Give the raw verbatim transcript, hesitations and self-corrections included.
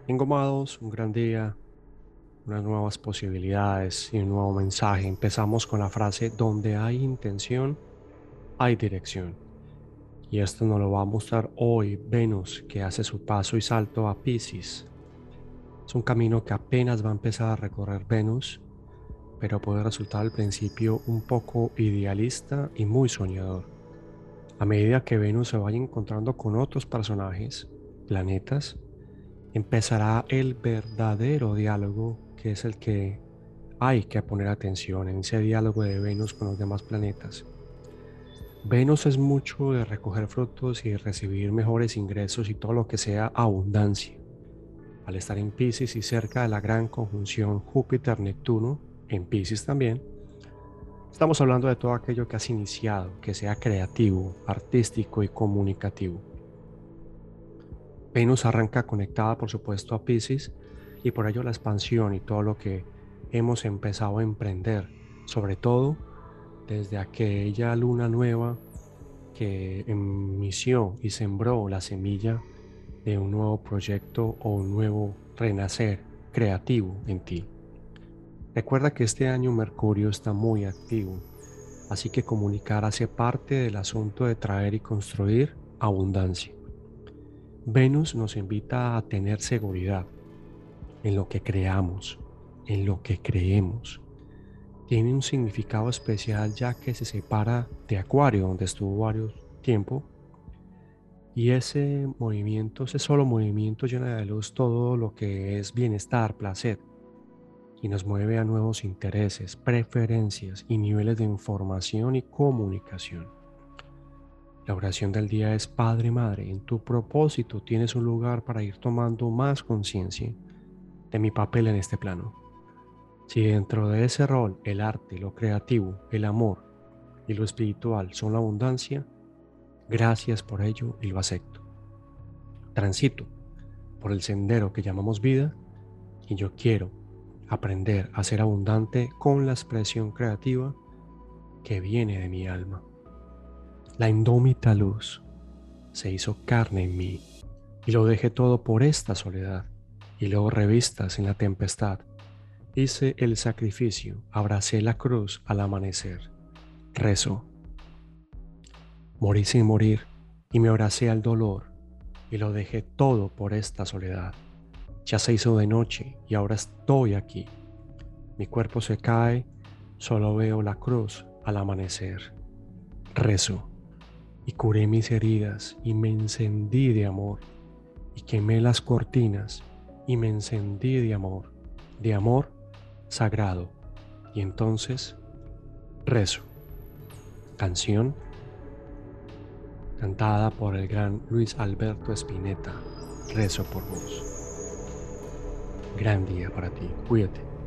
Engomados, un gran día, unas nuevas posibilidades y un nuevo mensaje. Empezamos con la frase: donde hay intención, hay dirección. Y esto nos lo va a mostrar hoy Venus, que hace su paso y salto a Piscis. Es un camino que apenas va a empezar a recorrer Venus, pero puede resultar al principio un poco idealista y muy soñador. A medida que Venus se vaya encontrando con otros personajes, planetas, empezará el verdadero diálogo, que es el que hay que poner atención en ese diálogo de Venus con los demás planetas. Venus es mucho de recoger frutos y de recibir mejores ingresos y todo lo que sea abundancia. Al estar en Piscis y cerca de la gran conjunción Júpiter-Neptuno, en Piscis también, estamos hablando de todo aquello que has iniciado, que sea creativo, artístico y comunicativo. Venus arranca conectada, por supuesto, a Piscis, y por ello la expansión y todo lo que hemos empezado a emprender, sobre todo desde aquella luna nueva que inició y sembró la semilla de un nuevo proyecto o un nuevo renacer creativo en ti. Recuerda que este año Mercurio está muy activo, así que comunicar hace parte del asunto de traer y construir abundancia. Venus nos invita a tener seguridad en lo que creamos, en lo que creemos. Tiene un significado especial ya que se separa de Acuario, donde estuvo varios tiempo, y ese movimiento, ese solo movimiento llena de luz todo lo que es bienestar, placer, y nos mueve a nuevos intereses, preferencias y niveles de información y comunicación. La oración del día es: Padre, Madre, en tu propósito tienes un lugar para ir tomando más conciencia de mi papel en este plano. Si dentro de ese rol el arte, lo creativo, el amor y lo espiritual son la abundancia, gracias por ello y lo acepto. Transito por el sendero que llamamos vida y yo quiero aprender a ser abundante con la expresión creativa que viene de mi alma. La indómita luz se hizo carne en mí y lo dejé todo por esta soledad, y luego revistas en la tempestad. Hice el sacrificio, abracé la cruz al amanecer. Rezo: morí sin morir y me abracé al dolor y lo dejé todo por esta soledad. Ya se hizo de noche y ahora estoy aquí. Mi cuerpo se cae, solo veo la cruz al amanecer. Rezo: y curé mis heridas y me encendí de amor, y quemé las cortinas y me encendí de amor, de amor sagrado. Y entonces rezo. Canción cantada por el gran Luis Alberto Spinetta. Rezo por vos. Gran día para ti. Cuídate.